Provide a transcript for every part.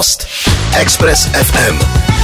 Host Express FM.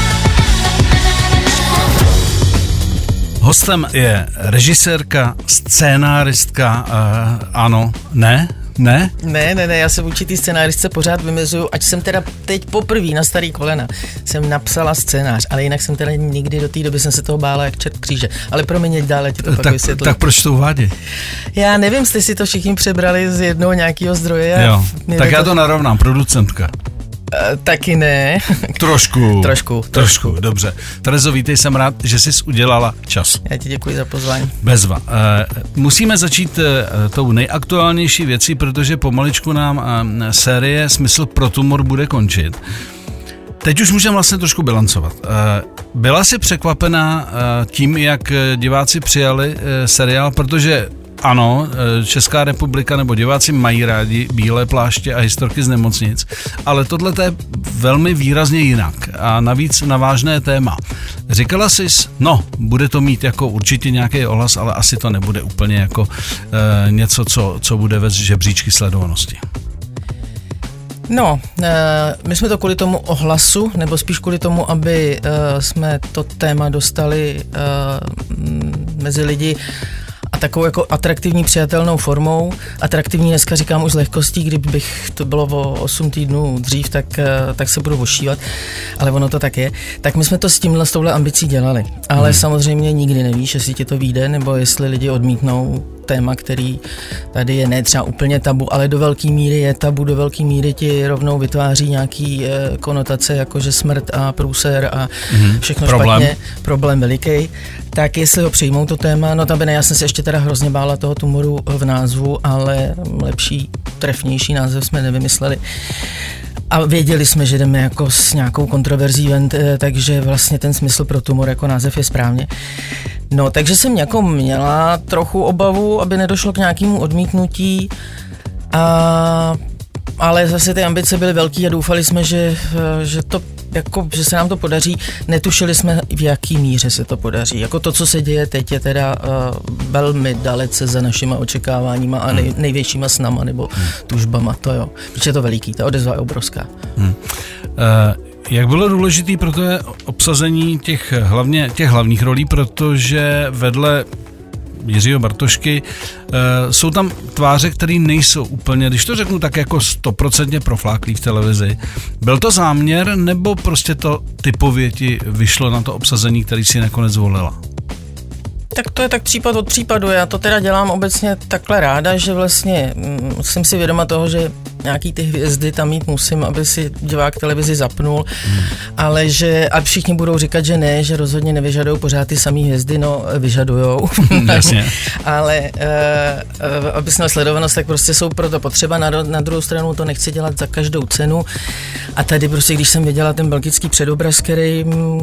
Hostem je režisérka, scénáristka, ano, ne, já se vůči té scénáristce pořád vymezuju, ať jsem teda teď poprvé na starý kolena jsem napsala scénář, ale jinak jsem teda nikdy do té doby jsem se toho bála jak čert kříže. Ale promiň, dále ti to pak vysvětlím. Tak proč to uvádí? Já nevím, jste si to všichni přebrali z jednoho nějakého zdroje. Jo, tak já to narovnám, producentka. Taky ne. Trošku, dobře. Terezo, vítej, jsem rád, že jsi udělala čas. Já ti děkuji za pozvání. Bezva. Musíme začít tou nejaktuálnější věcí, protože pomaličku nám série Smysl pro tumor bude končit. Teď už můžeme vlastně trošku bilancovat. Byla jsi překvapená tím, jak diváci přijali seriál, protože ano, Česká republika nebo diváci mají rádi bílé pláště a historky z nemocnic, ale tohle je velmi výrazně jinak a navíc na vážné téma. Říkala jsi, bude to mít jako určitě nějaký ohlas, ale asi to nebude úplně jako něco, co bude ve žebříčky sledovanosti. My jsme to kvůli tomu ohlasu, nebo spíš kvůli tomu, aby jsme to téma dostali mezi lidi a takovou jako atraktivní přijatelnou formou. Atraktivní dneska říkám už s lehkostí, kdybych to bylo o 8 týdnů dřív, tak se budu ošívat, ale ono to tak je. Tak my jsme to s touhle ambicí dělali, ale samozřejmě nikdy nevíš, jestli ti to vyjde, nebo jestli lidi odmítnou téma, který tady je ne třeba úplně tabu, ale do velké míry je tabu, do velké míry ti rovnou vytváří nějaký konotace, jakože smrt a průser a všechno špatně, problém veliký. Tak jestli ho přijmou to téma, já jsem se ještě teda hrozně bála toho tumoru v názvu, ale lepší, trefnější název jsme nevymysleli. A věděli jsme, že jdeme jako s nějakou kontroverzí ven, takže vlastně ten Smysl pro tumor jako název je správně. Takže jsem jako měla trochu obavu, aby nedošlo k nějakému odmítnutí, ale zase ty ambice byly velký a doufali jsme, že se nám to podaří. Netušili jsme, v jaký míře se to podaří. Jako to, co se děje teď, je teda velmi dalece za našima očekáváníma a největšíma snama nebo tužbama, to jo. Protože je to veliký, ta odezva je obrovská. Jak bylo důležité pro to obsazení těch hlavních rolí, protože vedle Jiřího Bartošky jsou tam tváře, které nejsou úplně, když to řeknu, tak jako 100% profláklý v televizi. Byl to záměr, nebo prostě to typově ti vyšlo na to obsazení, který si nakonec zvolila? Tak to je tak případ od případu. Já to teda dělám obecně takhle ráda, že vlastně jsem si vědoma toho, že nějaký ty hvězdy tam mít musím, aby si divák televizi zapnul, ale a všichni budou říkat, že ne, že rozhodně nevyžadujou pořád ty samý hvězdy, vyžadujou. Jasně. Ale aby jsme sledovanost, tak prostě jsou proto potřeba. Na druhou stranu to nechci dělat za každou cenu. A tady prostě, když jsem viděla ten belgický předobraz, který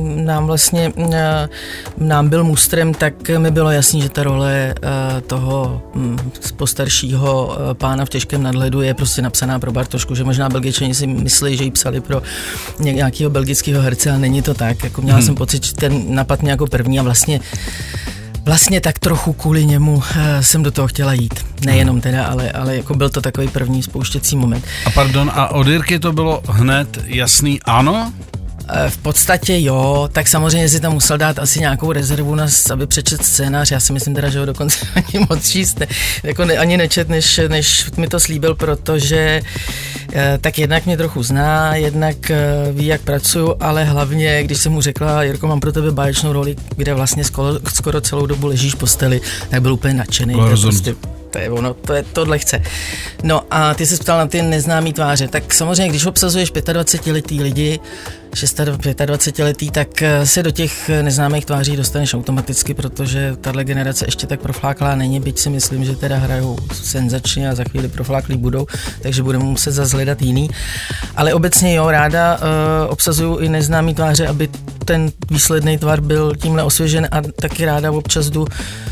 nám byl mustrem, tak mi bylo jasný, že ta role toho postaršího pána v těžkém nadhledu je prostě napsaná pro Bartošku, že možná Belgičani si myslí, že ji psali pro nějakého belgického herce, ale není to tak. Jako měla jsem pocit, že ten napad mě jako první a vlastně tak trochu kvůli němu jsem do toho chtěla jít. Nejenom teda, ale jako byl to takový první spouštěcí moment. A od Jirky to bylo hned jasný ano? V podstatě jo, tak samozřejmě si tam musel dát asi nějakou rezervu, aby přečet scénář. Já si myslím teda, že ho dokonce ani moc číst ani nečet, než mi to slíbil, protože tak jednak mě trochu zná, jednak ví, jak pracuju, ale hlavně, když jsem mu řekla, Jirko, mám pro tebe báječnou roli, kde vlastně skoro celou dobu ležíš v posteli, tak byl úplně nadšený. To je ono, tohle chce. No a ty se ptal na ty neznámý tváře, tak samozřejmě, když obsazuješ 25letý lidi, 25letý, tak se do těch neznámých tváří dostaneš automaticky, protože tahle generace ještě tak profláklá není, byť si myslím, že teda hrajou senzačně a za chvíli profláklí budou, takže budeme muset zase hledat jiný. Ale obecně jo, ráda obsazuju i neznámý tváře, aby ten výsledný tvar byl tímhle osvěžen a taky ráda občas jdu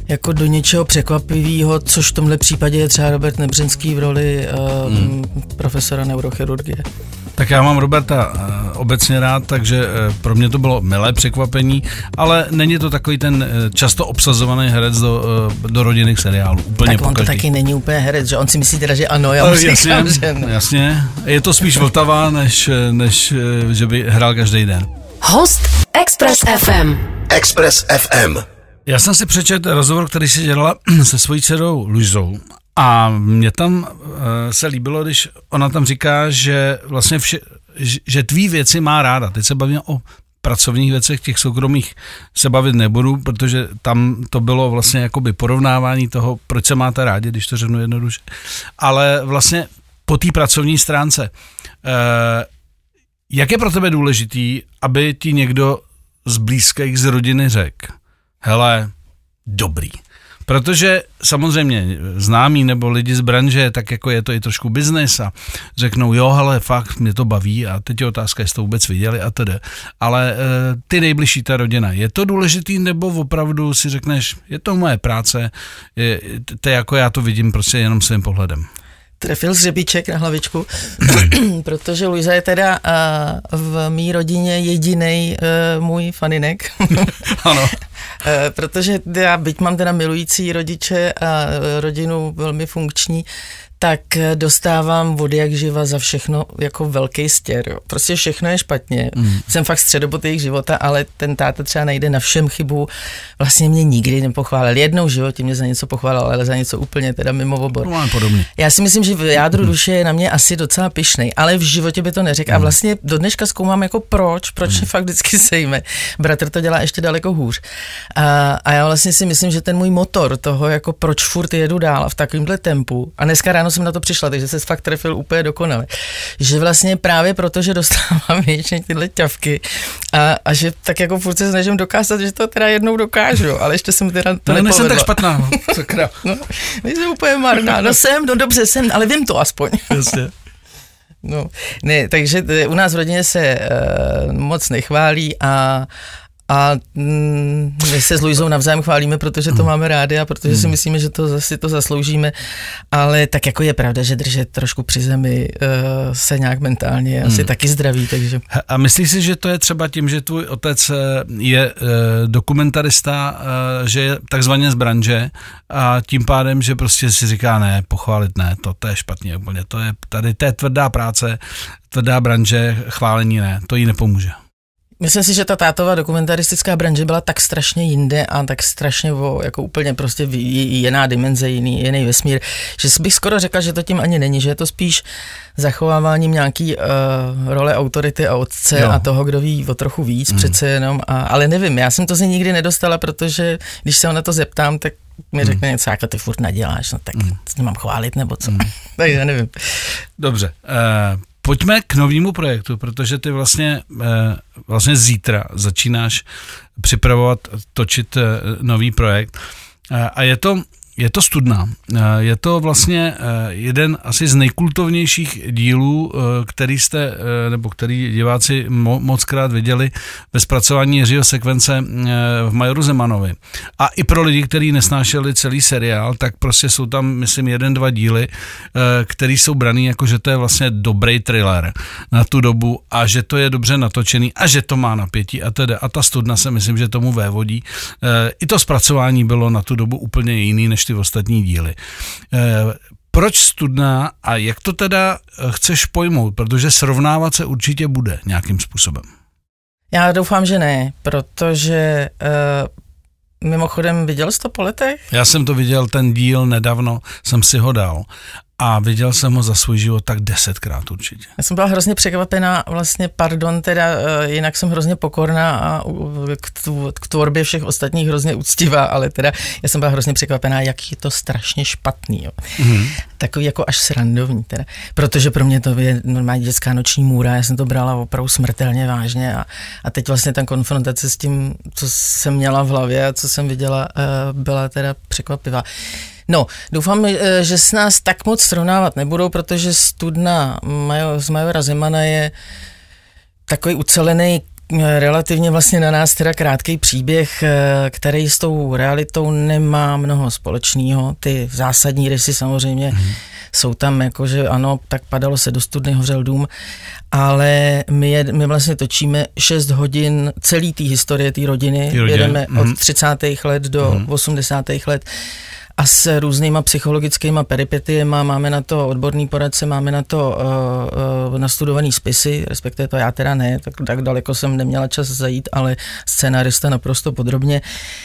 jako do něčeho překvapivého, což v tomhle případě je třeba Robert Nebřenský v roli profesora neurochirurgie. Tak já mám Roberta obecně rád, takže pro mě to bylo milé překvapení, ale není to takový ten často obsazovaný herec do rodinných seriálů. Úplně tak on to taky není úplně herec, že on si myslí teda, že ano, já mu říkám, že ne. Jasně, je to spíš Vltava, než že by hrál každý den. Host Express FM. Express FM. Já jsem si přečetl rozhovor, který si dělala se svojí dcerou Luizou. A mně tam se líbilo, když ona tam říká, že vlastně že tvý věci má ráda. Teď se bavíme o pracovních věcech, těch soukromých se bavit nebudu, protože tam to bylo vlastně jakoby porovnávání toho, proč se máte rádi, když to řeknu jednoduše. Ale vlastně po té pracovní stránce, jak je pro tebe důležitý, aby ti někdo z blízkých, z rodiny řekl, hele, dobrý. Protože samozřejmě známí nebo lidi z branže, tak jako je to i trošku biznes a řeknou, jo, hele, fakt mě to baví a teď je otázka, jestli to vůbec viděli a tedy. Ale ty nejbližší, ta rodina, je to důležitý nebo opravdu si řekneš, je to moje práce, to jako já to vidím prostě jenom svým pohledem. Trefil zřebíček na hlavičku, protože Luisa je teda v mý rodině jedinej můj faninek. Ano. Protože já, byť mám teda milující rodiče a rodinu velmi funkční, tak dostávám vody jak živa za všechno jako velký stěr. Jo. Prostě všechno je špatně. Jsem fakt středobod jejich života, ale ten táta třeba najde na všem chybu. Vlastně mě nikdy nepochválil. Jednou v životě mě za něco pochválil, ale za něco úplně teda mimo obor. No, podobně. Já si myslím, že v jádru duše je na mě asi docela pyšnej, ale v životě by to neřekl. A vlastně do dneška zkoumám jako proč mě fakt vždycky sejme. Bratr to dělá ještě daleko hůř. A já vlastně si myslím, že ten můj motor toho, jako proč furt jedu dál v takovémhle tempu. A dneska ráno jsem na to přišla, takže se fakt trefil úplně dokonale. Že vlastně právě proto, že dostávám většině tyhle ťavky a že tak jako furt se snažím dokázat, že to teda jednou dokážu, ale ještě jsem teda to nepovedla. Nejsem tak špatná, sakra. No, nejsem úplně marná, dobře jsem, ale vím to aspoň. Jasně. No, ne, takže u nás v rodině se moc nechválí a my se s Luizou navzájem chválíme, protože to máme rádi a protože si myslíme, že to zase to zasloužíme, ale tak jako je pravda, že držet trošku při zemi se nějak mentálně asi taky zdraví, takže. A myslíš si, že to je třeba tím, že tvůj otec je dokumentarista, že je takzvaně z branže a tím pádem, že prostě si říká ne, pochválit ne, to je špatně úplně, to je tvrdá práce, tvrdá branže, chválení ne, to jí nepomůže. Myslím si, že ta tátová dokumentaristická branže byla tak strašně jinde a tak strašně jako úplně prostě jiná dimenze, jiný vesmír, že bych skoro řekla, že to tím ani není, že je to spíš zachováváním nějaký role autority a otce a toho, kdo ví o trochu víc přece jenom, ale nevím, já jsem to z ní nikdy nedostala, protože když se ho na to zeptám, tak mi řekne něco, jako ty furt naděláš, no tak s ním mám chválit nebo co, tak já nevím. Dobře, pojďme k novému projektu, protože ty vlastně zítra začínáš připravovat, točit nový projekt a je to Studna. Je to vlastně jeden asi z nejkultovnějších dílů, který diváci mockrát viděli ve zpracování Jiřího Sekvence v Majoru Zemanovi. A i pro lidi, kteří nesnášeli celý seriál, tak prostě jsou tam, myslím, 1-2 díly, který jsou braný jako, že to je vlastně dobrý thriller na tu dobu a že to je dobře natočený a že to má napětí a teda. A ta Studna se myslím, že tomu vévodí. I to zpracování bylo na tu dobu úplně jiný než ty ostatní díly. Proč Studna a jak to teda chceš pojmout? Protože srovnávat se určitě bude nějakým způsobem. Já doufám, že ne, protože mimochodem viděl jsi to po letech? Já jsem to viděl, ten díl nedávno, jsem si ho dal. A viděl jsem ho za svůj život tak 10krát určitě. Já jsem byla hrozně překvapená, vlastně jinak jsem hrozně pokorná a k tvorbě všech ostatních hrozně úctivá, ale teda já jsem byla hrozně překvapená, jak je to strašně špatný. Jo. Takový jako až srandovní teda. Protože pro mě to je normální dětská noční můra, já jsem to brala opravdu smrtelně vážně a teď vlastně ta konfrontace s tím, co jsem měla v hlavě a co jsem viděla, byla teda překvapivá. No, doufám, že s nás tak moc srovnávat nebudou, protože Studna z Majora Zemana je takový ucelený relativně vlastně na nás teda krátký příběh, který s tou realitou nemá mnoho společného. Ty zásadní rysy samozřejmě jsou tam, jakože ano, tak padalo se do studny, hořel dům, ale my vlastně točíme 6 hodin celý té historie té rodiny. Jedeme od 30. let do 80. let a s různýma psychologickýma peripetiema, máme na to odborný poradce, máme na to nastudovaný spisy, respektive to já teda ne, tak daleko jsem neměla čas zajít, ale scénárista naprosto podrobně.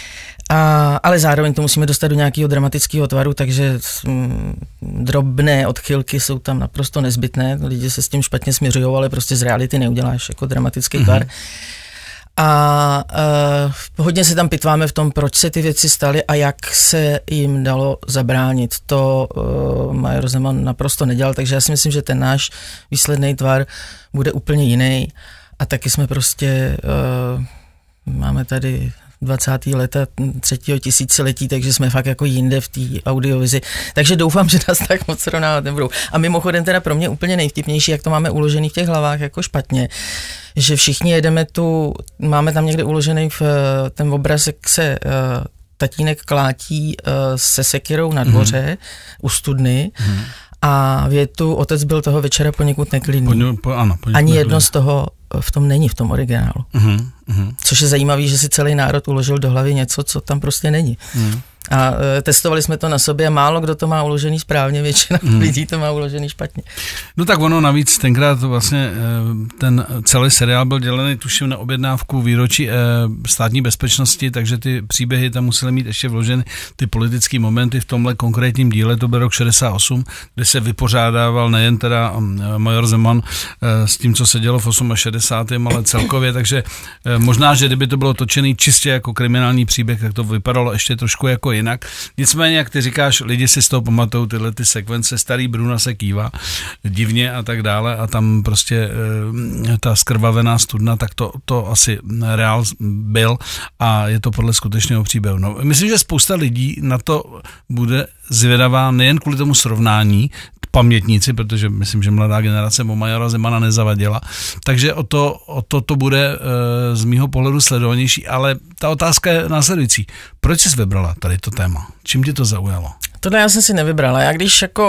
Ale zároveň to musíme dostat do nějakého dramatického tvaru, takže drobné odchylky jsou tam naprosto nezbytné. Lidi se s tím špatně směřují, ale prostě z reality neuděláš jako dramatický tvar. A hodně se tam pitváme v tom, proč se ty věci staly a jak se jim dalo zabránit. To Major Zeman naprosto nedělal, takže já si myslím, že ten náš výsledný tvar bude úplně jiný. A taky jsme prostě, máme tady 20. leta 3. tisíciletí, takže jsme fakt jako jinde v té audiovizi. Takže doufám, že nás tak moc srovnávat nebudou. A mimochodem teda pro mě úplně nejvtipnější, jak to máme uložený v těch hlavách jako špatně, že všichni jedeme máme tam někde uložený ten obraz, jak se tatínek klátí se sekirou na dvoře u studny a větu otec byl toho večera poněkud neklidný. Ani jedno z toho v tom není, v tom originálu. Což je zajímavý, že si celý národ uložil do hlavy něco, co tam prostě není. A testovali jsme to na sobě a málo kdo to má uložený správně, většina lidí to má uložený špatně. No tak ono navíc tenkrát vlastně ten celý seriál byl dělený tuším na objednávku výročí státní bezpečnosti, takže ty příběhy tam musely mít ještě vloženy ty politické momenty. V tomhle konkrétním díle to byl rok 68, kde se vypořádával nejen teda Major Zeman s tím, co se dělo v 68, ale celkově, takže možná, že kdyby to bylo točený čistě jako kriminální příběh, tak to vypadalo ještě trošku jako jinak. Nicméně, jak ty říkáš, lidi si z toho pamatují tyhle ty sekvence, starý Bruna se kývá divně a tak dále a tam prostě ta skrvavená studna, tak to asi reál byl a je to podle skutečného příběhu. No, myslím, že spousta lidí na to bude zvědavá nejen kvůli tomu srovnání, pamětníci, protože myslím, že mladá generace Majora Zemana nezavadila. Takže o to bude z mýho pohledu sledovanější, ale ta otázka je následující. Proč jsi vybrala tady to téma? Čím tě to zaujalo? Tohle já jsem si nevybrala. Já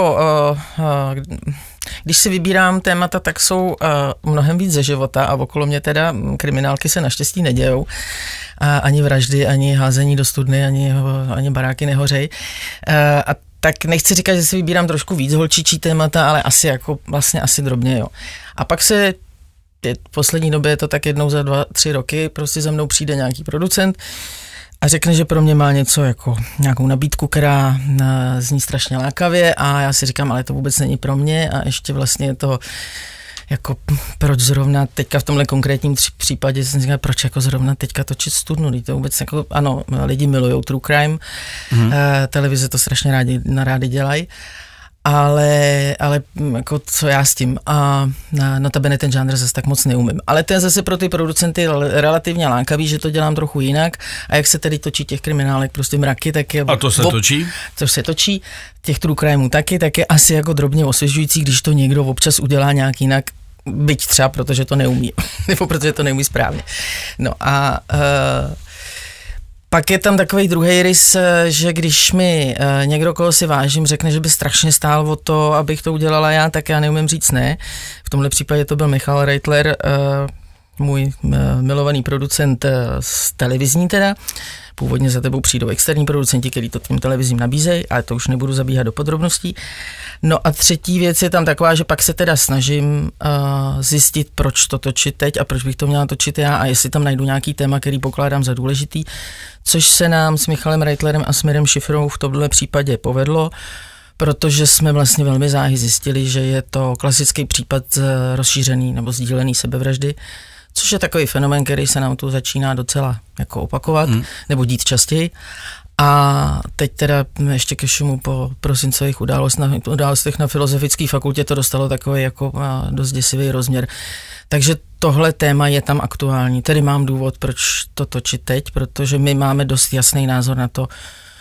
když si vybírám témata, tak jsou mnohem víc ze života a okolo mě teda kriminálky se naštěstí nedějou. Ani vraždy, ani házení do studny, ani baráky nehořej. A tak nechci říkat, že si vybírám trošku víc holčičí témata, ale asi drobně, jo. A pak v poslední době je to tak jednou za 2-3 roky, prostě za mnou přijde nějaký producent a řekne, že pro mě má něco jako nějakou nabídku, která zní strašně lákavě a já si říkám, ale to vůbec není pro mě a ještě vlastně je to jako proč zrovna teďka v tomhle konkrétním případě jsem říkal, proč jako zrovna teďka točit studnu, to vůbec jako, ano, lidi milujou true crime, televize to strašně rádi dělají, ale jako co já s tím a notabene ten žánr zase tak moc neumím. Ale to je zase pro ty producenty relativně lákavý, že to dělám trochu jinak a jak se tedy točí těch kriminálek prostě mraky, tak je... A to se točí? To se točí, těch true crimeů taky, tak je asi jako drobně osvěžující, když to někdo občas udělá nějak jinak, byť třeba protože to neumí, nebo protože to neumí správně. No a... Pak je tam takový druhý rys, že když mi někdo, koho si vážím, řekne, že by strašně stál o to, abych to udělala já, tak já neumím říct ne. V tomhle případě to byl Michal Reitler, můj milovaný producent z televizní teda. Původně za tebou přijdou externí producenti, kteří to tím televizím nabízejí, ale to už nebudu zabíhat do podrobností. No a třetí věc je tam taková, že pak se teda snažím zjistit, proč to točit teď a proč bych to měla točit já a jestli tam najdu nějaký téma, který pokládám za důležitý, což se nám s Michalem Reitlerem a s Mirem Šifrou v tomhle případě povedlo, protože jsme vlastně velmi záhy zjistili, že je to klasický případ rozšířený nebo sdílený sebevraždy, což je takový fenomén, který se nám tu začíná docela jako opakovat, nebo dít častěji. A teď teda ještě ke všemu po prosincových událostech na Filozofické fakultě to dostalo takový jako dost děsivý rozměr. Takže tohle téma je tam aktuální. Tedy mám důvod, proč to točit teď, protože my máme dost jasný názor na to,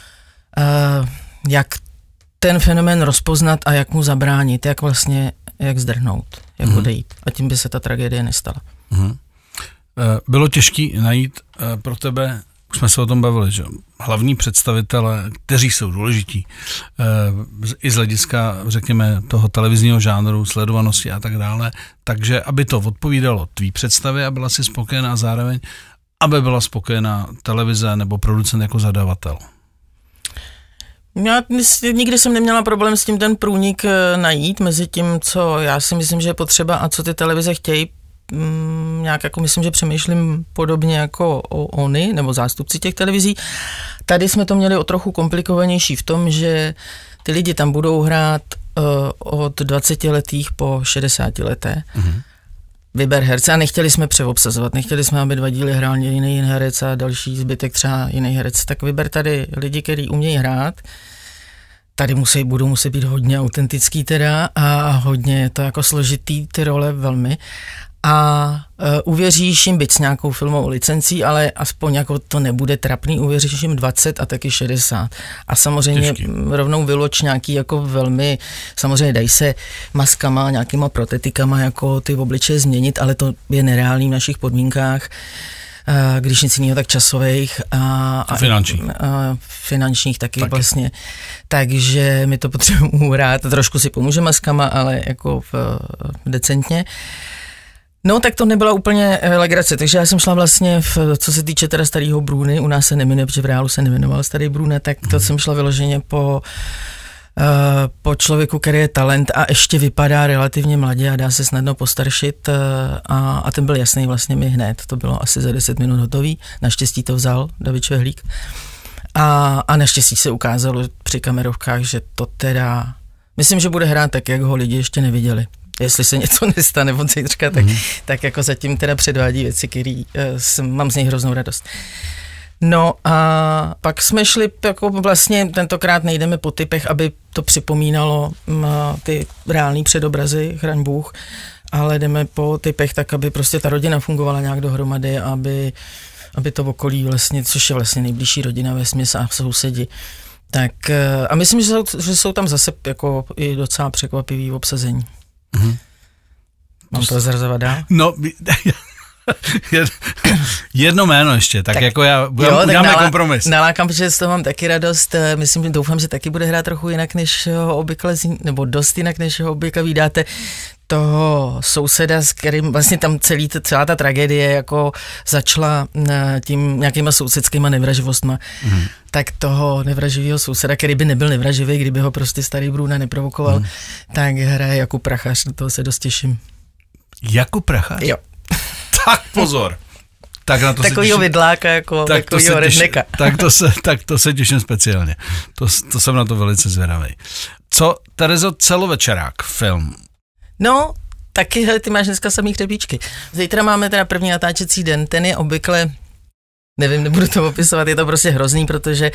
jak ten fenomén rozpoznat a jak mu zabránit, jak zdrhnout, jak odejít. A tím by se ta tragédie nestala. Bylo těžké najít pro tebe, už jsme se o tom bavili, že hlavní představitele, kteří jsou důležití, i z hlediska, řekněme, toho televizního žánru, sledovanosti a tak dále, takže aby to odpovídalo tvý představě a byla si spokojená zároveň, aby byla spokojená televize nebo producent jako zadavatel. Já nikdy jsem neměla problém s tím ten průnik najít mezi tím, co já si myslím, že je potřeba a co ty televize chtějí. Nějak jako myslím, že přemýšlím podobně jako oni, nebo zástupci těch televizí. Tady jsme to měli o trochu komplikovanější v tom, že ty lidi tam budou hrát od 20 letých po 60 leté. Mm-hmm. Vyber herce a nechtěli jsme přeobsazovat, nechtěli jsme, aby 2 díly hrál jiný herec a další zbytek třeba jiný herec, tak vyber tady lidi, kteří umějí hrát. Tady budou muset být hodně autentický teda a hodně to jako složitý ty role velmi. A uvěříš jim, byť s nějakou filmovou licencí, ale aspoň jako to nebude trapný, uvěříš jim 20 a taky 60. A samozřejmě rovnou vyloč nějaký jako velmi, samozřejmě dají se maskama, nějakýma protetikama jako ty obličeje změnit, ale to je nereálný v našich podmínkách, když nic jiného, tak časových a finančních taky vlastně. Takže my to potřebujeme uhrát, trošku si pomůže maskama, ale jako decentně. No, tak to nebyla úplně legrace, takže já jsem šla vlastně, co se týče teda starého Bruny, u nás se nemenuje, protože v reálu se nemenoval starý Brune, tak to jsem šla vyloženě po člověku, který je talent a ještě vypadá relativně mladě a dá se snadno postaršit a ten byl jasný vlastně mi hned, to bylo asi za 10 minut hotový, naštěstí to vzal David Švehlík a naštěstí se ukázalo při kamerovkách, že to teda, myslím, že bude hrát tak, jak ho lidi ještě neviděli. Jestli se něco nestane od zítřka, tak jako zatím teda předvádí věci, který mám z nich hroznou radost. No a pak jsme šli, jako vlastně tentokrát nejdeme po typech, aby to připomínalo ty reální předobrazy, chraň Bůh, ale jdeme po typech tak, aby prostě ta rodina fungovala nějak dohromady, aby to okolí vlastně, což je vlastně nejbližší rodina vesměs a sousedi. Tak a myslím, že jsou tam zase jako i docela překvapivý obsazení. Mm-hmm. Mám to zrazovat dál? No, jedno jméno ještě, tak jako uděláme kompromis. Nalákám, protože z toho mám taky radost, doufám, že taky bude hrát trochu jinak, než ho obvykle, nebo dost jinak, než ho obvykle vídáte, toho souseda, s kterým vlastně tam celá ta tragédie jako začala tím nějakýma sousedskýma nevraživostma. Mm. Tak toho nevraživého souseda, který by nebyl nevraživý, kdyby ho prostě starý Bruna neprovokoval, tak hraje Jakub Prachař, do toho se dost těším. Jakub Prachař? Jo. Tak pozor. Tak na to takovýho vidláka, jako takovýho redneka. Tak to se těším speciálně. To jsem na to velice zvědavý. Co, Terezo, celovečerák, film? No, taky, hele, ty máš dneska samý hřebíčky. Zítra máme teda první natáčecí den, ten je obvykle, nevím, nebudu to opisovat, je to prostě hrozný, protože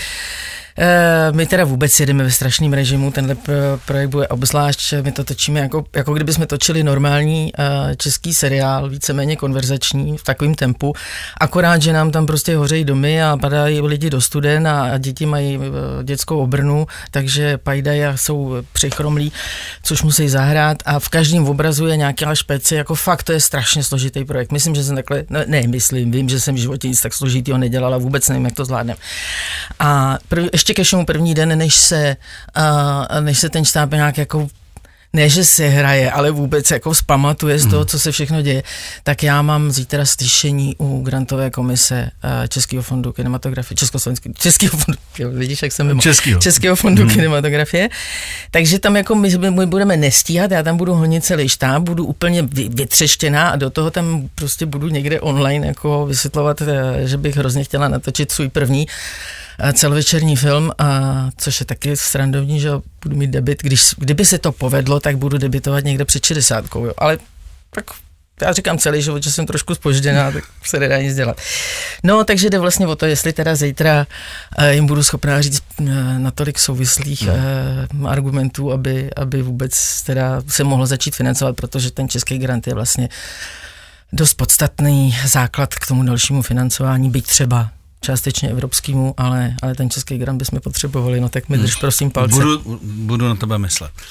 my teda vůbec jedeme ve strašném režimu, tenhle projekt bude obzvlášť, my to točíme jako kdyby jsme točili normální český seriál, víceméně konverzační, v takovém tempu, akorát, že nám tam prostě hořejí domy a padají lidi do studen a děti mají dětskou obrnu, takže pajdají a jsou přichromlí, což musí zahrát a v každém obrazu je nějaká špeci, jako fakt to je strašně složitý projekt. Myslím, že jsem takhle, vím, že jsem v životě nic tak složitýho nedělal a vůbec nevím, jak to zvládnem. A ještě ke všemu první den, než se ten štáb nějak jako, ne že se hraje, ale vůbec jako vzpamatuje z toho, co se všechno děje, tak já mám zítra slyšení u grantové komise Českého fondu kinematografie, Českého fondu, vidíš, jak jsem mimo, Českého fondu kinematografie, takže tam jako my budeme nestíhat, já tam budu honit celý štáb, budu úplně vytřeštěná a do toho tam prostě budu někde online jako vysvětlovat, že bych hrozně chtěla natočit svůj první celovečerní film, což je taky srandovní, že budu mít debut, kdyby se to povedlo, tak budu debitovat někde před 60, jo. Ale tak já říkám celý život, že jsem trošku zpožděná, tak se nedá nic dělat. No, takže jde vlastně o to, jestli teda zítra jim budu schopná říct natolik souvislých argumentů, aby vůbec teda se mohlo začít financovat, protože ten český grant je vlastně dost podstatný základ k tomu dalšímu financování, byť třeba částečně evropskému, ale ten český grant bychom potřebovali, no tak mi drž prosím palce. Budu na tebe myslet.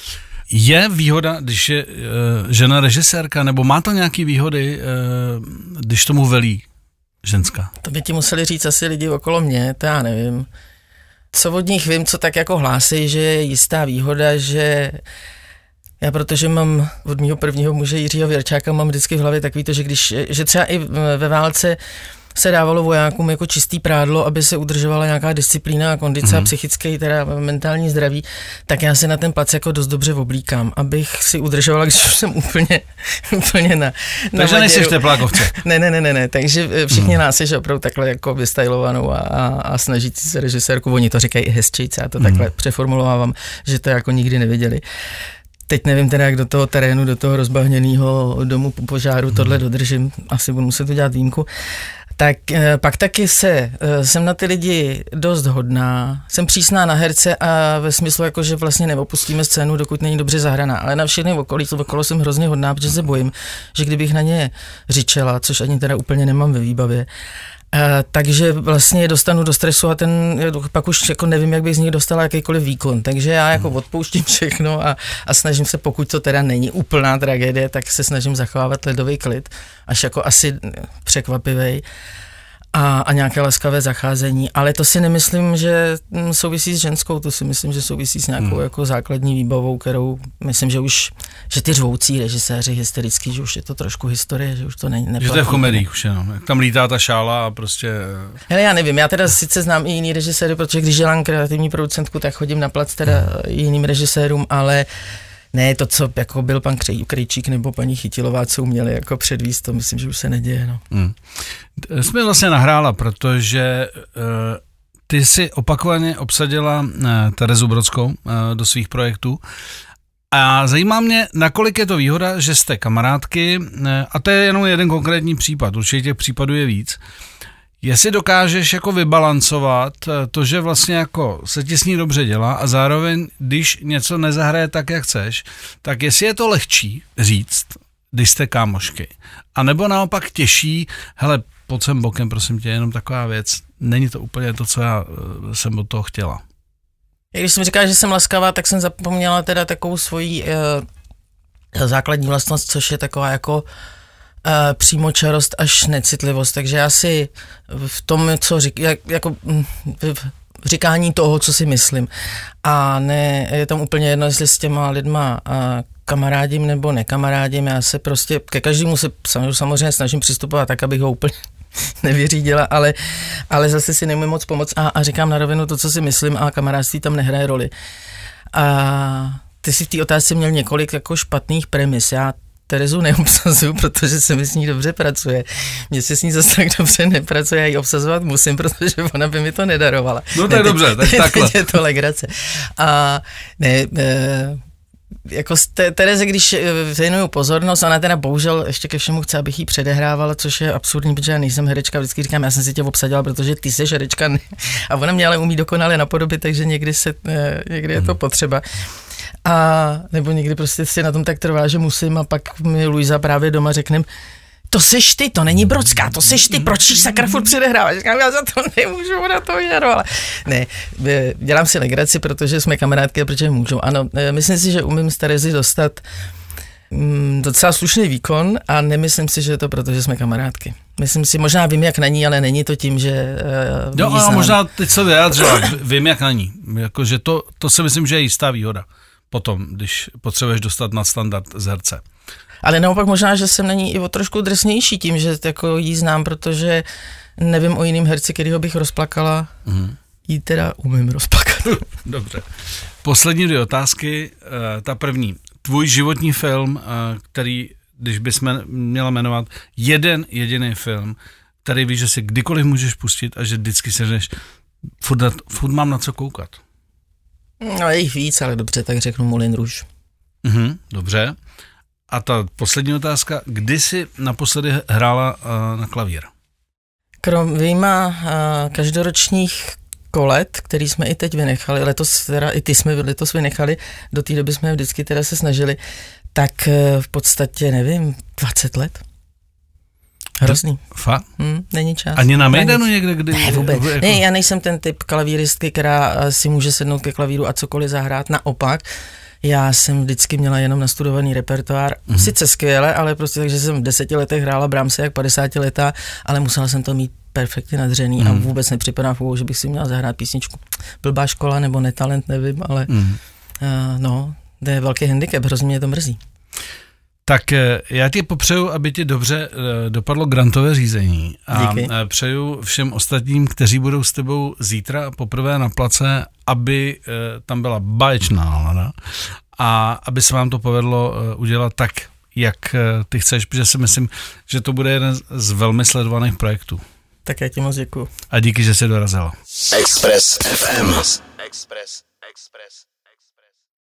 Je výhoda, když je žena režisérka, nebo má to nějaké výhody, když tomu velí ženská? To by ti museli říct asi lidi okolo mě, to já nevím. Co od nich vím, co tak jako hlásí, že je jistá výhoda, že já, protože mám od mýho prvního muže Jiřího Věrčáka, mám vždycky v hlavě takový to, že třeba i ve válce se dávalo vojákům jako čistý prádlo, aby se udržovala nějaká disciplína a kondice a psychické, teda mentální zdraví, tak já se na ten plac jako dost dobře oblíkám, abych si udržovala, když už jsem úplně na takže nejsi v teplákovce. Ne, takže všichni nás je opravdu takhle jako vystylovanou a snažící se režisérku, oni to říkají i hezčejce, já to takhle přeformulovávám, že to jako nikdy neviděli. Teď nevím teda, jak do toho terénu, do toho rozbahněného domu po požáru tohle dodržím, asi budu muset udělat výjimku. Tak pak taky jsem na ty lidi dost hodná, jsem přísná na herce a ve smyslu jako, že vlastně neopustíme scénu, dokud není dobře zahraná, ale na všechny okolo jsem hrozně hodná, protože se bojím, že kdybych na ně řičela, což ani teda úplně nemám ve výbavě, takže vlastně dostanu do stresu a pak už jako nevím, jak bych z nich dostala jakýkoliv výkon, takže já jako odpouštím všechno a snažím se, pokud to teda není úplná tragédie, tak se snažím zachovávat ledový klid, až jako asi překvapivej a nějaké laskavé zacházení, ale to si nemyslím, že souvisí s ženskou, to si myslím, že souvisí s nějakou jako základní výbavou, kterou myslím, že ty řvoucí režiséři hysterický, že už je to trošku historie, že už to není. Že to je v komedích už jenom, jak tam lítá ta šála a prostě... Hele, já nevím, já teda sice znám i jiný režiséry, protože když dělám kreativní producentku, tak chodím na plac teda jiným režisérům, ale ne to, co jako byl pan Krejčík nebo paní Chytilová, co uměli jako předvíst, to myslím, že už se neděje. No. Jsme vlastně nahrála, protože ty si opakovaně obsadila Terezu Brodskou do svých projektů a zajímá mě, nakolik je to výhoda, že jste kamarádky a to je jenom jeden konkrétní případ, určitě těch případů je víc. Jestli dokážeš jako vybalancovat to, že vlastně jako se ti s ní dobře dělá a zároveň, když něco nezahraje tak, jak chceš, tak jestli je to lehčí říct, když jste kámošky, a nebo naopak těžší, hele, pojď sem bokem, prosím tě, jenom taková věc, není to úplně to, co já jsem od toho chtěla. Když jsem říkala, že jsem laskavá, tak jsem zapomněla teda takovou svoji základní vlastnost, což je taková jako přímočarost až necitlivost, takže já si v tom, co jako v říkání toho, co si myslím a ne, je tam úplně jedno, jestli s těma lidma kamarádím nebo nekamarádím, já se prostě ke každému se samozřejmě snažím přistupovat tak, abych ho úplně nevyřídila, ale zase si nemůžu moc pomoct a říkám na rovinu to, co si myslím a kamarádství tam nehraje roli. A ty si v té otázce měl několik jako špatných premis, já Terezu neobsazuju, protože se mi s ní dobře pracuje. Mně se s ní zase tak dobře nepracuje, já ji obsazovat musím, protože ona by mi to nedarovala. No tak dobře, tak takhle. Je to legrace. A ne, jako Tereze, když věnuju pozornost, ona teda bohužel ještě ke všemu chce, abych jí předehrávala, což je absurdní, protože já nejsem herečka, vždycky říkám, já jsem si tě obsadila, protože ty jsi herečka a ona mě ale umí dokonale napodobit, takže někdy je to potřeba. A nebo někdy prostě si na tom tak trvá, že musím a pak mi Luisa právě doma řekne, to seš ty, to není Brodská, to seš ty, proč jí sakra furt předehráváš? Říkám, já za to nemůžu, ona to udělala. Ne, dělám si legraci, protože jsme kamarádky a protože můžu. Ano, myslím si, že umím z Terezy dostat docela slušný výkon a nemyslím si, že je to proto, že jsme kamarádky. Myslím si, možná vím, jak na ní, ale není to tím, že jo, a možná teď se vyjádřila, vím, jak na ní. Jakože to si myslím, že je jistá výhoda. Potom, když potřebuješ dostat nadstandard z herce. Ale naopak možná, že jsem na ní i o trošku drsnější tím, že jako jí znám, protože nevím o jiným herci, kterýho bych rozplakala. Jí teda umím rozplakat. Dobře. Poslední dvě otázky. Ta první. Tvůj životní film, který, když bychom měla jmenovat jeden jediný film, který víš, že si kdykoliv můžeš pustit a že vždycky se řekneš, furt mám na co koukat. No je jich víc, ale dobře, tak řeknu Moulin Rouge. Dobře. A ta poslední otázka, kdy jsi naposledy hrála na klavír? Krom vyjma každoročních kolet, který jsme i teď vynechali, letos teda i ty jsme letos vynechali, do té doby jsme vždycky teda se snažili, tak v podstatě, nevím, 20 let. Hrozný. Fakt? Není čas. Ani na Mejdanu někde, kdy? Ne, vůbec. Jako... Ne, já nejsem ten typ klavíristky, která si může sednout ke klavíru a cokoliv zahrát. Naopak, Já jsem vždycky měla jenom nastudovaný repertoár, sice skvěle, ale prostě takže jsem v 10 letech hrála Brahmse jak 50 letá, ale musela jsem to mít perfektně nadřený a vůbec nepřipadá v úvahu, že bych si měla zahrát písničku. Blbá škola nebo netalent, nevím, ale to je velký handicap, hrozně mě to mrzí. Tak já ti popřeju, aby ti dobře dopadlo grantové řízení a díky. Přeju všem ostatním, kteří budou s tebou zítra poprvé na place, aby tam byla báječná nálada a aby se vám to povedlo udělat tak, jak ty chceš, protože si myslím, že to bude jeden z velmi sledovaných projektů. Tak já ti moc děkuju. A díky, že jsi dorazila. Express FM. Express.